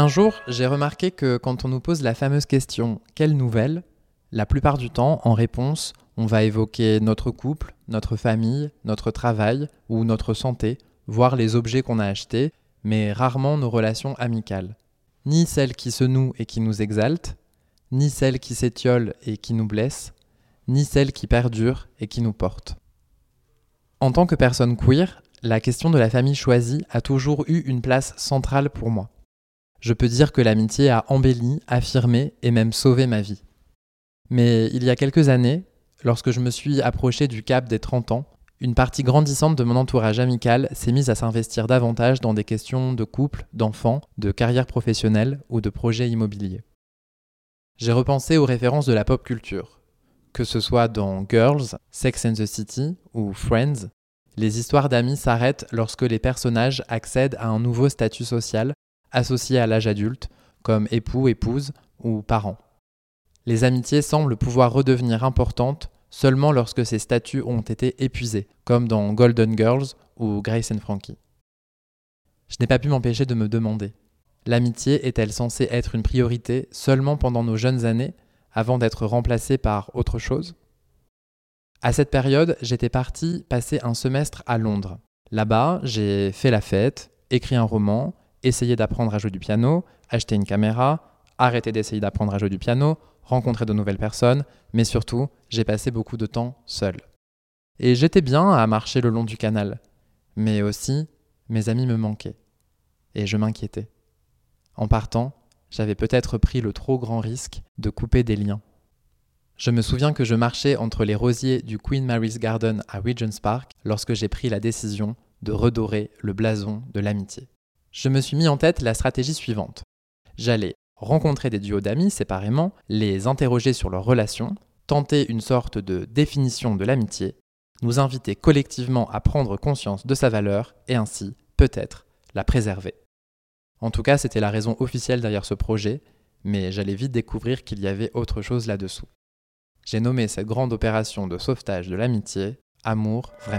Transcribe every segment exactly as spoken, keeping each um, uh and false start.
Un jour, j'ai remarqué que quand on nous pose la fameuse question « Quelle nouvelle ?», la plupart du temps, en réponse, on va évoquer notre couple, notre famille, notre travail ou notre santé, voire les objets qu'on a achetés, mais rarement nos relations amicales. Ni celles qui se nouent et qui nous exaltent, ni celles qui s'étiolent et qui nous blessent, ni celles qui perdurent et qui nous portent. En tant que personne queer, la question de la famille choisie a toujours eu une place centrale pour moi. Je peux dire que l'amitié a embelli, affirmé et même sauvé ma vie. Mais il y a quelques années, lorsque je me suis approché du cap des trente ans, une partie grandissante de mon entourage amical s'est mise à s'investir davantage dans des questions de couple, d'enfants, de carrière professionnelle ou de projets immobiliers. J'ai repensé aux références de la pop culture. Que ce soit dans Girls, Sex and the City ou Friends, les histoires d'amis s'arrêtent lorsque les personnages accèdent à un nouveau statut social associé à l'âge adulte, comme époux, épouse ou parents. Les amitiés semblent pouvoir redevenir importantes seulement lorsque ces statuts ont été épuisés, comme dans Golden Girls ou Grace and Frankie. Je n'ai pas pu m'empêcher de me demander, l'amitié est-elle censée être une priorité seulement pendant nos jeunes années, avant d'être remplacée par autre chose ? À cette période, j'étais parti passer un semestre à Londres. Là-bas, j'ai fait la fête, écrit un roman, essayé d'apprendre à jouer du piano, acheté une caméra, arrêté d'essayer d'apprendre à jouer du piano, rencontré de nouvelles personnes, mais surtout, j'ai passé beaucoup de temps seul. Et j'étais bien à marcher le long du canal. Mais aussi, mes amis me manquaient. Et je m'inquiétais. En partant, j'avais peut-être pris le trop grand risque de couper des liens. Je me souviens que je marchais entre les rosiers du Queen Mary's Garden à Regent's Park lorsque j'ai pris la décision de redorer le blason de l'amitié. Je me suis mis en tête la stratégie suivante. J'allais rencontrer des duos d'amis séparément, les interroger sur leurs relations, tenter une sorte de définition de l'amitié, nous inviter collectivement à prendre conscience de sa valeur et ainsi, peut-être, la préserver. En tout cas, c'était la raison officielle derrière ce projet, mais j'allais vite découvrir qu'il y avait autre chose là-dessous. J'ai nommé cette grande opération de sauvetage de l'amitié « Amour vraiment ».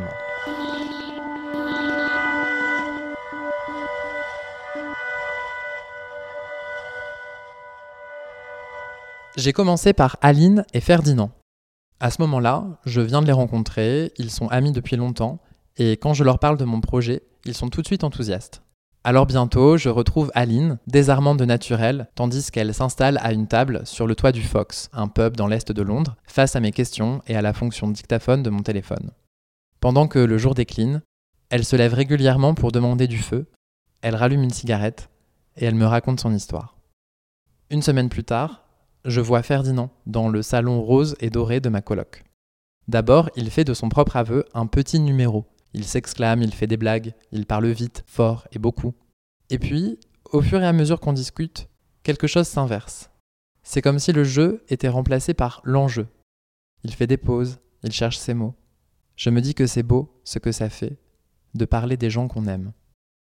J'ai commencé par Aline et Ferdinand. À ce moment-là, je viens de les rencontrer, ils sont amis depuis longtemps, et quand je leur parle de mon projet, ils sont tout de suite enthousiastes. Alors bientôt, je retrouve Aline, désarmante de naturel, tandis qu'elle s'installe à une table sur le toit du Fox, un pub dans l'est de Londres, face à mes questions et à la fonction dictaphone de mon téléphone. Pendant que le jour décline, elle se lève régulièrement pour demander du feu, elle rallume une cigarette, et elle me raconte son histoire. Une semaine plus tard, je vois Ferdinand dans le salon rose et doré de ma coloc. D'abord, il fait de son propre aveu un petit numéro. Il s'exclame, il fait des blagues, il parle vite, fort et beaucoup. Et puis, au fur et à mesure qu'on discute, quelque chose s'inverse. C'est comme si le jeu était remplacé par l'enjeu. Il fait des pauses, il cherche ses mots. Je me dis que c'est beau, ce que ça fait, de parler des gens qu'on aime.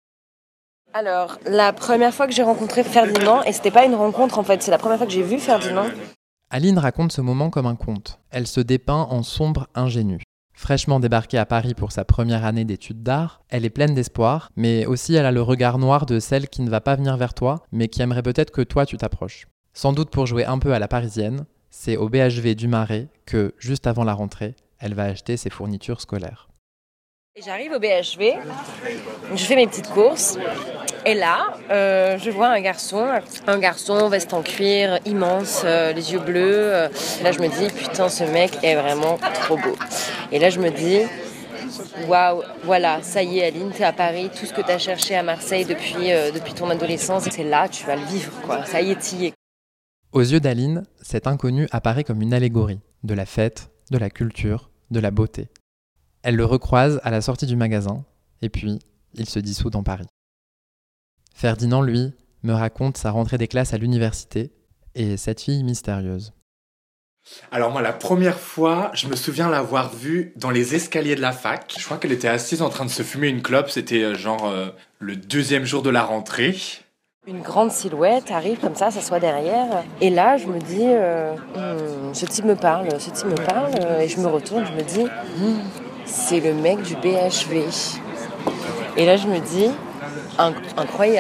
Alors, la première fois que j'ai rencontré Ferdinand, et c'était pas une rencontre en fait, c'est la première fois que j'ai vu Ferdinand. Aline raconte ce moment comme un conte. Elle se dépeint en sombre ingénue. Fraîchement débarquée à Paris pour sa première année d'études d'art, elle est pleine d'espoir, mais aussi elle a le regard noir de celle qui ne va pas venir vers toi, mais qui aimerait peut-être que toi tu t'approches. Sans doute pour jouer un peu à la parisienne, c'est au B H V du Marais que, juste avant la rentrée, elle va acheter ses fournitures scolaires. Et j'arrive au B H V, je fais mes petites courses, et là, euh, je vois un garçon, un garçon, veste en cuir, immense, euh, les yeux bleus. Euh, là, je me dis, putain, ce mec est vraiment trop beau. Et là, je me dis, waouh, voilà, ça y est, Aline, t'es à Paris, tout ce que t'as cherché à Marseille depuis, euh, depuis ton adolescence, c'est là, tu vas le vivre, quoi. Ça y est, t'y es. Aux yeux d'Aline, cet inconnu apparaît comme une allégorie de la fête, de la culture, de la beauté. Elle le recroise à la sortie du magasin, et puis il se dissout dans Paris. Ferdinand, lui, me raconte sa rentrée des classes à l'université et cette fille mystérieuse. Alors moi, la première fois, je me souviens l'avoir vue dans les escaliers de la fac. Je crois qu'elle était assise en train de se fumer une clope, c'était euh, genre euh, le deuxième jour de la rentrée. Une grande silhouette arrive comme ça, s'assoit derrière. Et là, je me dis, euh, hmm, ce type me parle, ce type me parle. Euh, et je me retourne, je me dis, hmm, c'est le mec du B H V. Et là, je me dis, inc- incroyable. Je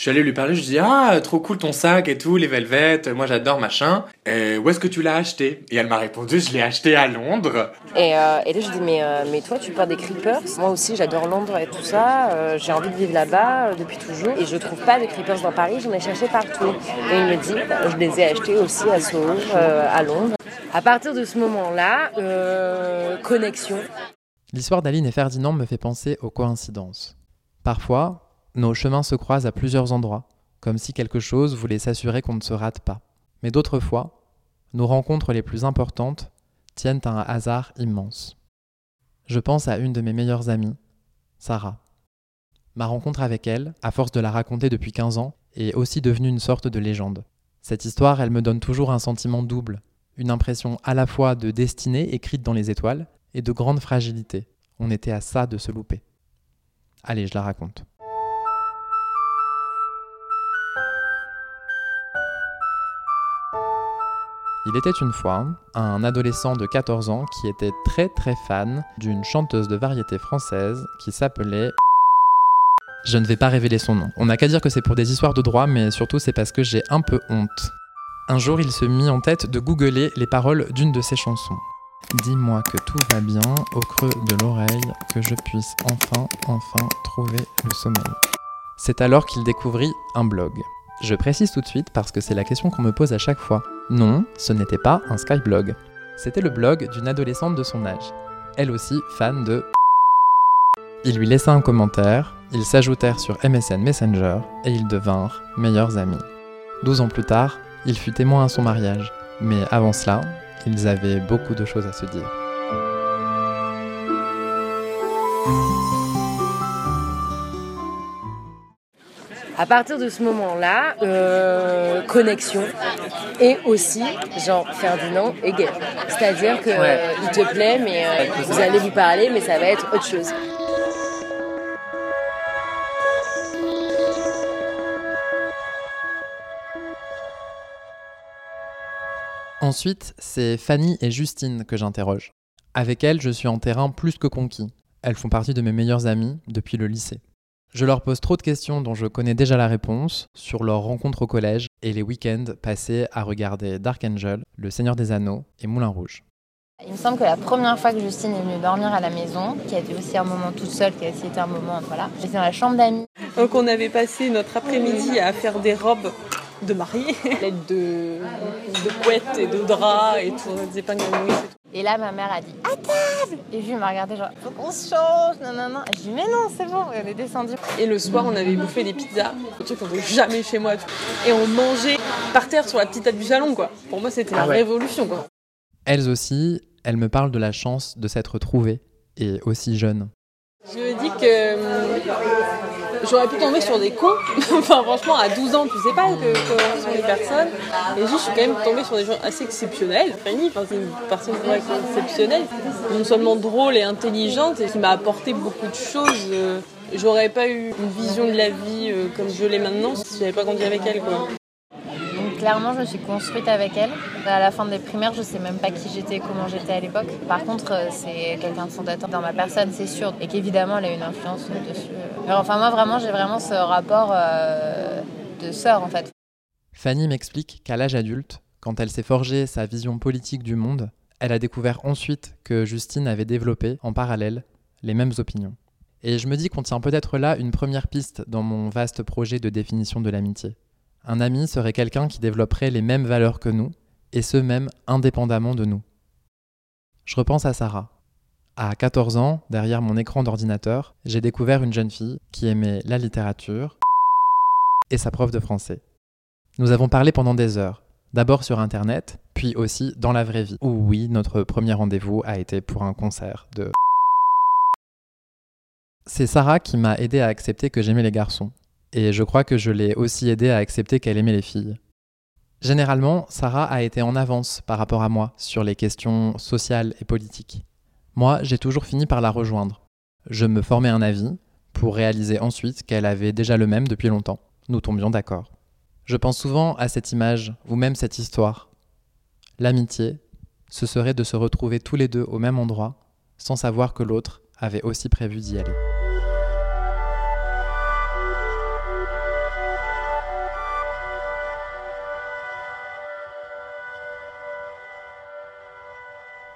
Je suis allé lui parler, je lui dis « Ah, trop cool ton sac et tout, les Velvet, moi j'adore, machin. Et où est-ce que tu l'as acheté ?» Et elle m'a répondu « Je l'ai acheté à Londres. » Et, euh, et là, je dis mais, euh, mais toi, tu portes des Creepers. Moi aussi, j'adore Londres et tout ça. Euh, j'ai envie de vivre là-bas euh, depuis toujours. Et je trouve pas de Creepers dans Paris, j'en ai cherché partout. Et il me dit, bah, je les ai achetés aussi à Soho, euh, à Londres. À partir de ce moment-là, euh, connexion. L'histoire d'Aline et Ferdinand me fait penser aux coïncidences. Parfois, nos chemins se croisent à plusieurs endroits, comme si quelque chose voulait s'assurer qu'on ne se rate pas. Mais d'autres fois, nos rencontres les plus importantes tiennent à un hasard immense. Je pense à une de mes meilleures amies, Sarah. Ma rencontre avec elle, à force de la raconter depuis quinze ans, est aussi devenue une sorte de légende. Cette histoire, elle me donne toujours un sentiment double, une impression à la fois de destinée écrite dans les étoiles et de grande fragilité. On était à ça de se louper. Allez, je la raconte. Il était une fois un adolescent de quatorze ans qui était très très fan d'une chanteuse de variété française qui s'appelait... Je ne vais pas révéler son nom. On n'a qu'à dire que c'est pour des histoires de droit, mais surtout c'est parce que j'ai un peu honte. Un jour, il se mit en tête de googler les paroles d'une de ses chansons. Dis-moi que tout va bien, au creux de l'oreille, que je puisse enfin, enfin trouver le sommeil. C'est alors qu'il découvrit un blog. Je précise tout de suite parce que c'est la question qu'on me pose à chaque fois. Non, ce n'était pas un Skyblog. C'était le blog d'une adolescente de son âge. Elle aussi fan de... Il lui laissa un commentaire, ils s'ajoutèrent sur M S N Messenger et ils devinrent meilleurs amis. Douze ans plus tard, il fut témoin à son mariage. Mais avant cela, ils avaient beaucoup de choses à se dire. À partir de ce moment-là, euh, connexion et aussi, genre, Ferdinand est gay. C'est-à-dire qu'il ouais. euh, te plaît, mais euh, vous allez vous parler, mais ça va être autre chose. Ensuite, c'est Fanny et Justine que j'interroge. Avec elles, je suis en terrain plus que conquis. Elles font partie de mes meilleures amies depuis le lycée. Je leur pose trop de questions dont je connais déjà la réponse sur leurs rencontres au collège et les week-ends passés à regarder Dark Angel, Le Seigneur des Anneaux et Moulin Rouge. Il me semble que la première fois que Justine est venue dormir à la maison, qui a été aussi un moment toute seule, qui a aussi été un moment, voilà, j'étais dans la chambre d'amis. Donc on avait passé notre après-midi à faire des robes de mariée, l'aide de, de couettes et de draps et tout, des épingles de nouilles et tout. Et là, ma mère a dit « à table !» Et Jules m'a regardé genre « faut qu'on se change, non, non, non !» Et je dis « mais non, c'est bon !» Et on est descendu. Et le soir, on avait bouffé des pizzas, un truc qu'on ne fait jamais chez moi. Tout. Et on mangeait par terre sur la petite table du salon, quoi. Pour moi, c'était la ah ouais. révolution, quoi. Elles aussi, elles me parlent de la chance de s'être trouvées, et aussi jeunes. Je me dis que euh, j'aurais pu tomber sur des cons. Enfin, franchement, à douze ans, tu sais pas que, que sont les personnes. Et juste, je suis quand même tombée sur des gens assez exceptionnels. Fanny, enfin, c'est une personne exceptionnelle, non seulement drôle et intelligente, et qui m'a apporté beaucoup de choses. Euh, j'aurais pas eu une vision de la vie euh, comme je l'ai maintenant si j'avais pas grandi avec elle, quoi. Clairement, je me suis construite avec elle. À la fin des primaires, je sais même pas qui j'étais et comment j'étais à l'époque. Par contre, c'est quelqu'un de fondateur dans ma personne, c'est sûr. Et qu'évidemment, elle a une influence dessus. Alors, enfin, moi, vraiment, j'ai vraiment ce rapport euh, de sœur, en fait. Fanny m'explique qu'à l'âge adulte, quand elle s'est forgée sa vision politique du monde, elle a découvert ensuite que Justine avait développé, en parallèle, les mêmes opinions. Et je me dis qu'on tient peut-être là une première piste dans mon vaste projet de définition de l'amitié. Un ami serait quelqu'un qui développerait les mêmes valeurs que nous, et ce même indépendamment de nous. Je repense à Sarah. À quatorze ans, derrière mon écran d'ordinateur, j'ai découvert une jeune fille qui aimait la littérature et sa prof de français. Nous avons parlé pendant des heures, d'abord sur Internet, puis aussi dans la vraie vie, où oui, notre premier rendez-vous a été pour un concert de... C'est Sarah qui m'a aidé à accepter que j'aimais les garçons. Et je crois que je l'ai aussi aidée à accepter qu'elle aimait les filles. Généralement, Sarah a été en avance par rapport à moi sur les questions sociales et politiques. Moi, j'ai toujours fini par la rejoindre. Je me formais un avis pour réaliser ensuite qu'elle avait déjà le même depuis longtemps. Nous tombions d'accord. Je pense souvent à cette image, ou même cette histoire. L'amitié, ce serait de se retrouver tous les deux au même endroit, sans savoir que l'autre avait aussi prévu d'y aller.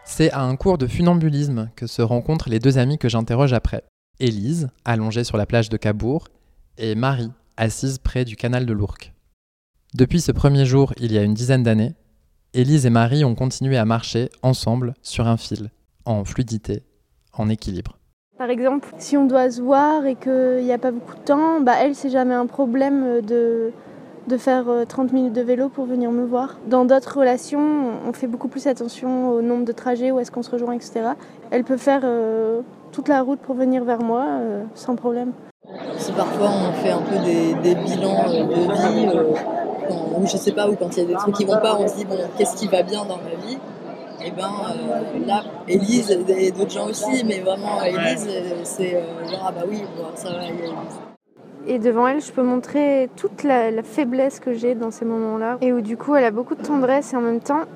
C'est à un cours de funambulisme que se rencontrent les deux amies que j'interroge après. Élise, allongée sur la plage de Cabourg, et Marie, assise près du canal de l'Ourcq. Depuis ce premier jour, il y a une dizaine d'années, Élise et Marie ont continué à marcher ensemble sur un fil, en fluidité, en équilibre. Par exemple, si on doit se voir et qu'il n'y a pas beaucoup de temps, bah elle, c'est jamais un problème de, de faire trente minutes de vélo pour venir me voir. Dans d'autres relations, on fait beaucoup plus attention au nombre de trajets, où est-ce qu'on se rejoint, et cetera. Elle peut faire euh, toute la route pour venir vers moi, euh, sans problème. Si parfois on fait un peu des, des bilans de vie, euh, quand, ou je sais pas, ou quand il y a des trucs qui vont pas, on se dit bon, qu'est-ce qui va bien dans ma vie ? Et ben euh, là, Élise et d'autres gens aussi, mais vraiment Élise, c'est euh, genre ah bah oui, bon, ça va, il y a Élise. Et devant elle, je peux montrer toute la, la faiblesse que j'ai dans ces moments-là, et où du coup elle a beaucoup de tendresse et en même temps,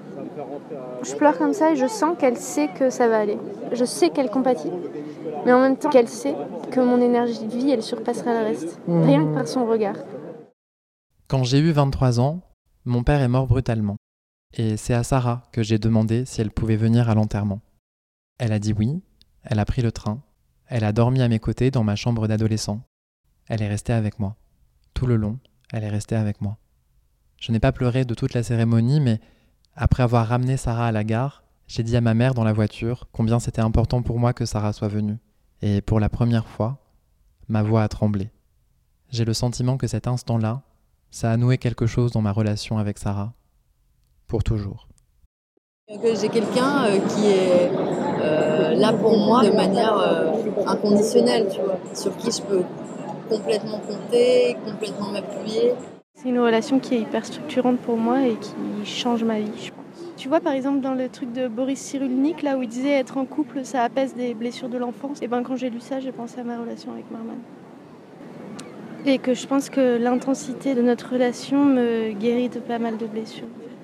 je pleure comme ça et je sens qu'elle sait que ça va aller. Je sais qu'elle compatit, mais en même temps qu'elle sait que mon énergie de vie, elle surpassera le reste, rien que par son regard. Quand j'ai eu vingt-trois ans, mon père est mort brutalement. Et c'est à Sarah que j'ai demandé si elle pouvait venir à l'enterrement. Elle a dit oui, elle a pris le train, elle a dormi à mes côtés dans ma chambre d'adolescent. Elle est restée avec moi. Tout le long, elle est restée avec moi. Je n'ai pas pleuré de toute la cérémonie, mais après avoir ramené Sarah à la gare, j'ai dit à ma mère dans la voiture combien c'était important pour moi que Sarah soit venue. Et pour la première fois, ma voix a tremblé. J'ai le sentiment que cet instant-là, ça a noué quelque chose dans ma relation avec Sarah. Pour toujours. Que j'ai quelqu'un euh, qui est euh, là pour moi de manière euh, inconditionnelle, tu vois, sur qui je peux complètement compter, complètement m'appuyer. C'est une relation qui est hyper structurante pour moi et qui change ma vie, je pense. Tu vois, par exemple, dans le truc de Boris Cyrulnik, là où il disait être en couple, ça apaise des blessures de l'enfance, et ben quand j'ai lu ça, j'ai pensé à ma relation avec Marman. Et que je pense que l'intensité de notre relation me guérit de pas mal de blessures.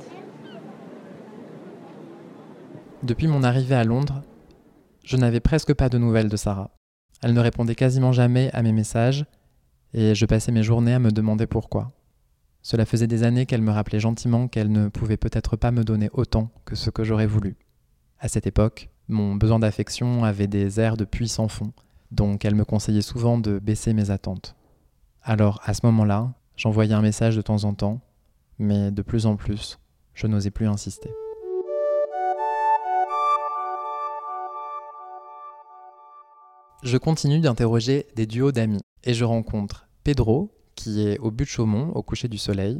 Depuis mon arrivée à Londres, je n'avais presque pas de nouvelles de Sarah. Elle ne répondait quasiment jamais à mes messages et je passais mes journées à me demander pourquoi. Cela faisait des années qu'elle me rappelait gentiment qu'elle ne pouvait peut-être pas me donner autant que ce que j'aurais voulu. À cette époque, mon besoin d'affection avait des airs de puits sans fond, donc elle me conseillait souvent de baisser mes attentes. Alors, à ce moment-là, j'envoyais un message de temps en temps, mais de plus en plus, je n'osais plus insister. Je continue d'interroger des duos d'amis et je rencontre Pedro, qui est au but de Chaumont, au coucher du soleil.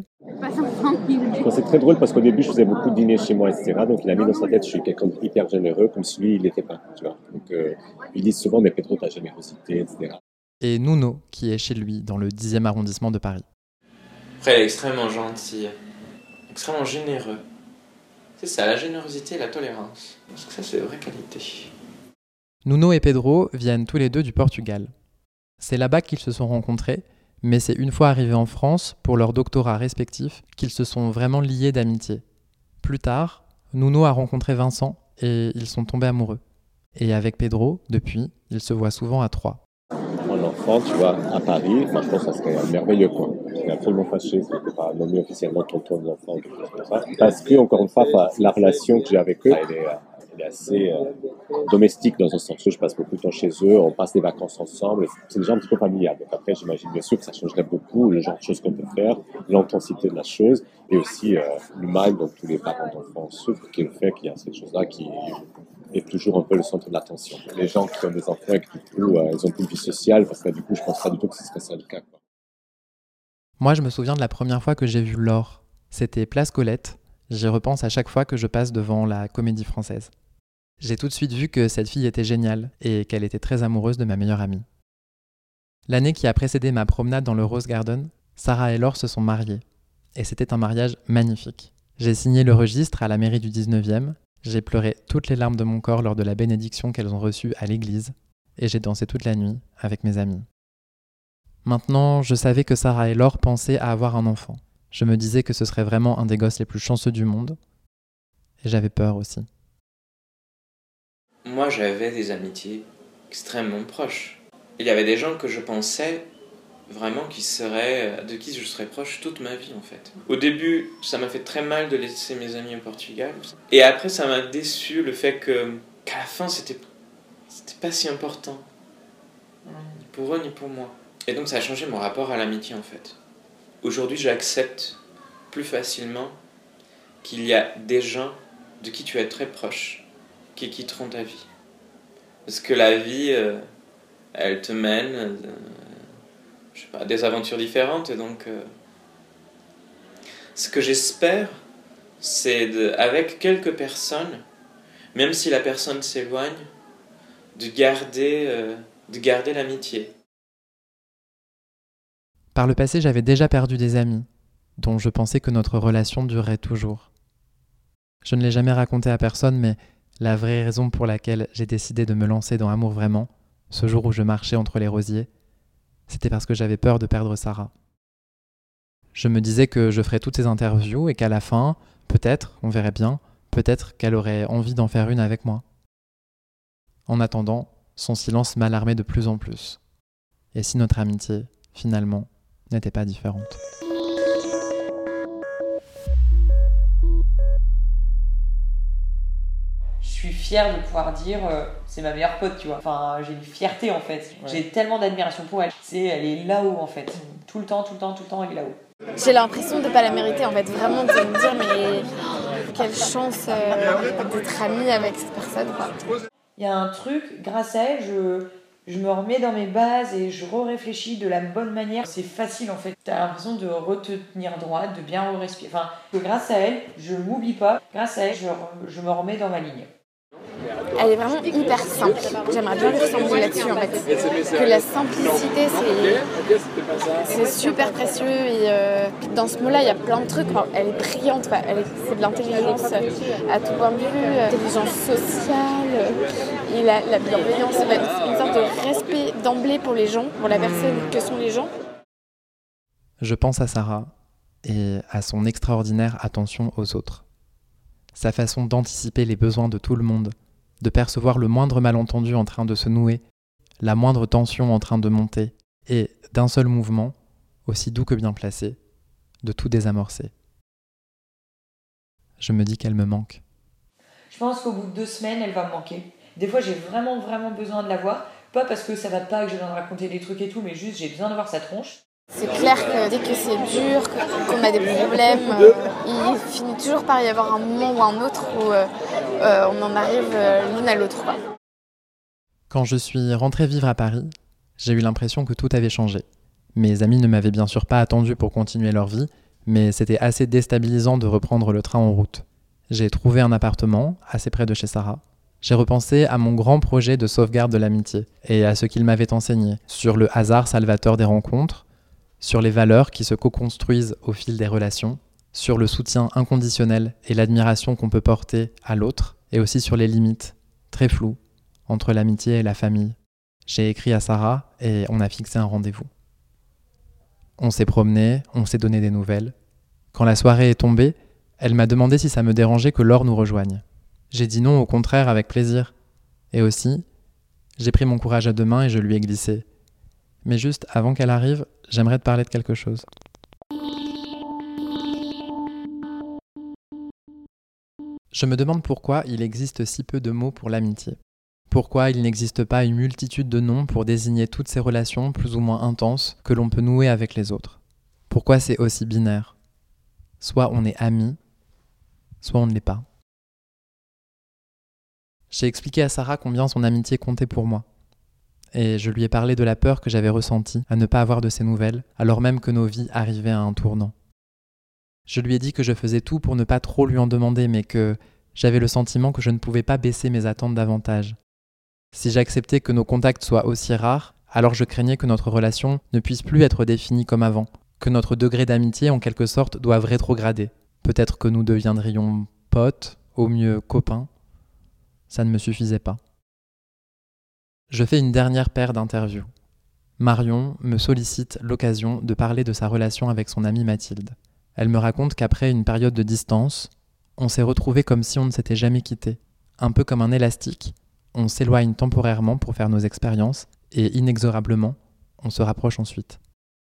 C'est très drôle parce qu'au début, je faisais beaucoup de dîners chez moi, et cetera. Donc, il a mis dans sa tête, je suis quelqu'un d'hyper généreux, comme si lui, il l'était pas. Tu vois. Donc, euh, ils disent souvent, mais Pedro, ta générosité, et cetera. Et Nuno, qui est chez lui, dans le dixième arrondissement de Paris. Après, elle est extrêmement gentille, extrêmement généreux. C'est ça, la générosité et la tolérance. Parce que ça, c'est de vraies qualités. Nuno et Pedro viennent tous les deux du Portugal. C'est là-bas qu'ils se sont rencontrés, mais c'est une fois arrivés en France, pour leurs doctorats respectifs, qu'ils se sont vraiment liés d'amitié. Plus tard, Nuno a rencontré Vincent et ils sont tombés amoureux. Et avec Pedro, depuis, ils se voient souvent à trois. En enfant, tu vois, à Paris, maintenant ça serait merveilleux, quoi. Je suis absolument fâché, si je n'étais pas nommé officiellement tonton de l'enfant, quelque chose comme ça. Parce que, encore une fois, la relation que j'ai avec eux, elle est, elle est assez euh, domestique dans un sens où je passe beaucoup de temps chez eux, on passe des vacances ensemble, c'est déjà un petit peu familial. Donc après, j'imagine bien sûr que ça changerait beaucoup, le genre de choses qu'on peut faire, l'intensité de la chose, et aussi euh, le mal dont tous les parents d'enfants souffrent, qui est le fait qu'il y a cette chose-là qui est toujours un peu le centre de l'attention. Les gens qui ont des enfants et que du coup, euh, ils ont plus de vie sociale, parce que du coup, je pense pas du tout que ce serait ça le cas, quoi. Moi, je me souviens de la première fois que j'ai vu Laure. C'était Place Colette. J'y repense à chaque fois que je passe devant la Comédie Française. J'ai tout de suite vu que cette fille était géniale et qu'elle était très amoureuse de ma meilleure amie. L'année qui a précédé ma promenade dans le Rose Garden, Sarah et Laure se sont mariées. Et c'était un mariage magnifique. J'ai signé le registre à la mairie du dix-neuvième. J'ai pleuré toutes les larmes de mon corps lors de la bénédiction qu'elles ont reçue à l'église et j'ai dansé toute la nuit avec mes amis. Maintenant, je savais que Sarah et Laure pensaient à avoir un enfant. Je me disais que ce serait vraiment un des gosses les plus chanceux du monde et j'avais peur aussi. Moi, j'avais des amitiés extrêmement proches. Il y avait des gens que je pensais vraiment qui serait, de qui je serais proche toute ma vie en fait. Au début, ça m'a fait très mal de laisser mes amis au Portugal. Et après, ça m'a déçu le fait que, qu'à la fin, c'était, c'était pas si important. Ni pour eux, ni pour moi. Et donc, ça a changé mon rapport à l'amitié en fait. Aujourd'hui, j'accepte plus facilement qu'il y a des gens de qui tu es très proche qui quitteront ta vie. Parce que la vie, euh, elle te mène... Euh, je sais pas, des aventures différentes, et donc euh, ce que j'espère, c'est de, avec quelques personnes, même si la personne s'éloigne, de garder, euh, de garder l'amitié. Par le passé, j'avais déjà perdu des amis, dont je pensais que notre relation durerait toujours. Je ne l'ai jamais raconté à personne, mais la vraie raison pour laquelle j'ai décidé de me lancer dans Amour Vraiment, ce jour où je marchais entre les rosiers, c'était parce que j'avais peur de perdre Sarah. Je me disais que je ferais toutes ces interviews et qu'à la fin, peut-être, on verrait bien, peut-être qu'elle aurait envie d'en faire une avec moi. En attendant, son silence m'alarmait de plus en plus. Et si notre amitié, finalement, n'était pas différente ? Je suis fière de pouvoir dire euh, c'est ma meilleure pote, tu vois. Enfin, j'ai une fierté en fait. Ouais. J'ai tellement d'admiration pour elle. C'est, elle est là-haut en fait. Tout le temps, tout le temps, tout le temps, elle est là-haut. J'ai l'impression de ne pas la mériter en fait. Vraiment de me dire mais oh, quelle chance euh, d'être amie avec cette personne, quoi. Il y a un truc, grâce à elle, je, je me remets dans mes bases et je re-réfléchis de la bonne manière. C'est facile en fait. T'as l'impression de retenir droite, de bien re-respirer. Enfin, que grâce à elle, je ne m'oublie pas. Grâce à elle, je, je me remets dans ma ligne. Elle est vraiment hyper simple. J'aimerais bien lui ressembler là-dessus en fait. Que la simplicité, c'est, c'est super précieux. Et euh, dans ce mot-là, il y a plein de trucs. Enfin, elle est brillante, quoi. Elle est, c'est de l'intelligence à tout point de vue, intelligence sociale, et la, la bienveillance, une sorte de respect d'emblée pour les gens, pour la personne que sont les gens. Je pense à Sarah et à son extraordinaire attention aux autres. Sa façon d'anticiper les besoins de tout le monde, de percevoir le moindre malentendu en train de se nouer, la moindre tension en train de monter, et d'un seul mouvement, aussi doux que bien placé, de tout désamorcer. Je me dis qu'elle me manque. Je pense qu'au bout de deux semaines, elle va me manquer. Des fois, j'ai vraiment, vraiment besoin de la voir. Pas parce que ça va pas, que j'ai besoin de raconter des trucs et tout, mais juste j'ai besoin de voir sa tronche. C'est clair que dès que c'est dur, qu'on a des problèmes, euh, il finit toujours par y avoir un moment ou un autre où euh, euh, on en arrive euh, l'une à l'autre, quoi. Quand je suis rentrée vivre à Paris, j'ai eu l'impression que tout avait changé. Mes amis ne m'avaient bien sûr pas attendu pour continuer leur vie, mais c'était assez déstabilisant de reprendre le train en route. J'ai trouvé un appartement, assez près de chez Sarah. J'ai repensé à mon grand projet de sauvegarde de l'amitié et à ce qu'il m'avait enseigné sur le hasard salvateur des rencontres, sur les valeurs qui se co-construisent au fil des relations, sur le soutien inconditionnel et l'admiration qu'on peut porter à l'autre, et aussi sur les limites, très floues, entre l'amitié et la famille. J'ai écrit à Sarah et on a fixé un rendez-vous. On s'est promené, on s'est donné des nouvelles. Quand la soirée est tombée, elle m'a demandé si ça me dérangeait que Laure nous rejoigne. J'ai dit non, au contraire, avec plaisir. Et aussi, j'ai pris mon courage à deux mains et je lui ai glissé. Mais juste avant qu'elle arrive, j'aimerais te parler de quelque chose. Je me demande pourquoi il existe si peu de mots pour l'amitié. Pourquoi il n'existe pas une multitude de noms pour désigner toutes ces relations plus ou moins intenses que l'on peut nouer avec les autres. Pourquoi c'est aussi binaire ? Soit on est amis, soit on ne l'est pas. J'ai expliqué à Sarah combien son amitié comptait pour moi. Et je lui ai parlé de la peur que j'avais ressentie à ne pas avoir de ses nouvelles, alors même que nos vies arrivaient à un tournant. Je lui ai dit que je faisais tout pour ne pas trop lui en demander, mais que j'avais le sentiment que je ne pouvais pas baisser mes attentes davantage. Si j'acceptais que nos contacts soient aussi rares, alors je craignais que notre relation ne puisse plus être définie comme avant, que notre degré d'amitié en quelque sorte doive rétrograder. Peut-être que nous deviendrions potes, au mieux copains. Ça ne me suffisait pas. Je fais une dernière paire d'interviews. Marion me sollicite l'occasion de parler de sa relation avec son amie Mathilde. Elle me raconte qu'après une période de distance, on s'est retrouvés comme si on ne s'était jamais quittés. Un peu comme un élastique, on s'éloigne temporairement pour faire nos expériences et inexorablement, on se rapproche ensuite.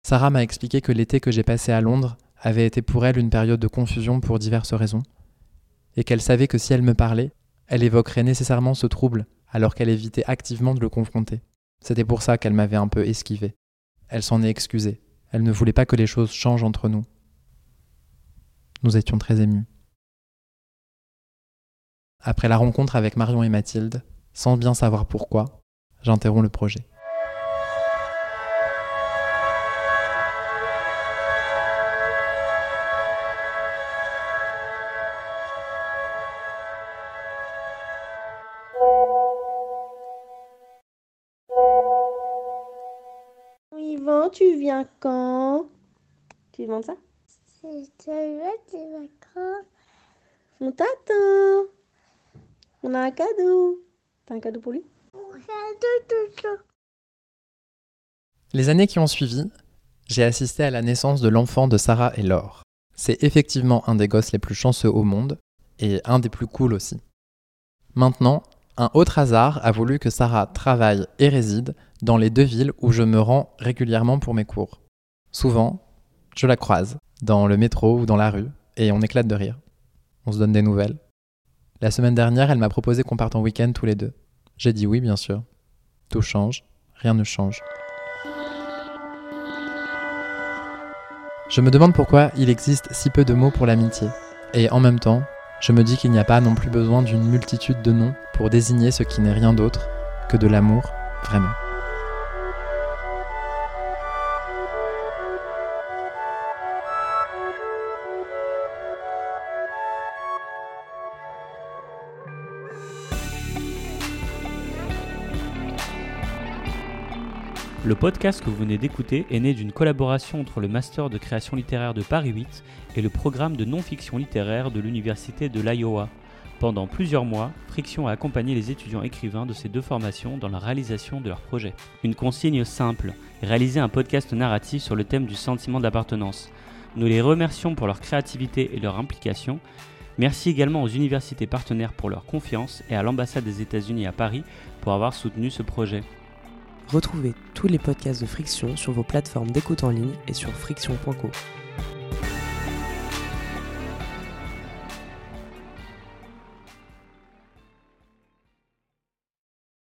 Sarah m'a expliqué que l'été que j'ai passé à Londres avait été pour elle une période de confusion pour diverses raisons, et qu'elle savait que si elle me parlait, elle évoquerait nécessairement ce trouble, alors qu'elle évitait activement de le confronter. C'était pour ça qu'elle m'avait un peu esquivé. Elle s'en est excusée. Elle ne voulait pas que les choses changent entre nous. Nous étions très émus. Après la rencontre avec Marion et Mathilde, sans bien savoir pourquoi, j'interromps le projet. Yvan, tu viens quand? Tu demandes ça? C'est des vacances. On t'attend. On a un cadeau. T'as un cadeau pour lui? Les années qui ont suivi, j'ai assisté à la naissance de l'enfant de Sarah et Laure. C'est effectivement un des gosses les plus chanceux au monde, et un des plus cool aussi. Maintenant, un autre hasard a voulu que Sarah travaille et réside dans les deux villes où je me rends régulièrement pour mes cours. Souvent, je la croise, dans le métro ou dans la rue, et on éclate de rire. On se donne des nouvelles. La semaine dernière, elle m'a proposé qu'on parte en week-end tous les deux. J'ai dit oui, bien sûr. Tout change, rien ne change. Je me demande pourquoi il existe si peu de mots pour l'amitié. Et en même temps, je me dis qu'il n'y a pas non plus besoin d'une multitude de noms pour désigner ce qui n'est rien d'autre que de l'amour, vraiment. Le podcast que vous venez d'écouter est né d'une collaboration entre le Master de création littéraire de Paris huit et le programme de non-fiction littéraire de l'Université de l'Iowa. Pendant plusieurs mois, Friction a accompagné les étudiants écrivains de ces deux formations dans la réalisation de leurs projets. Une consigne simple, réaliser un podcast narratif sur le thème du sentiment d'appartenance. Nous les remercions pour leur créativité et leur implication. Merci également aux universités partenaires pour leur confiance et à l'ambassade des États-Unis à Paris pour avoir soutenu ce projet. Retrouvez tous les podcasts de Friction sur vos plateformes d'écoute en ligne et sur friction point co.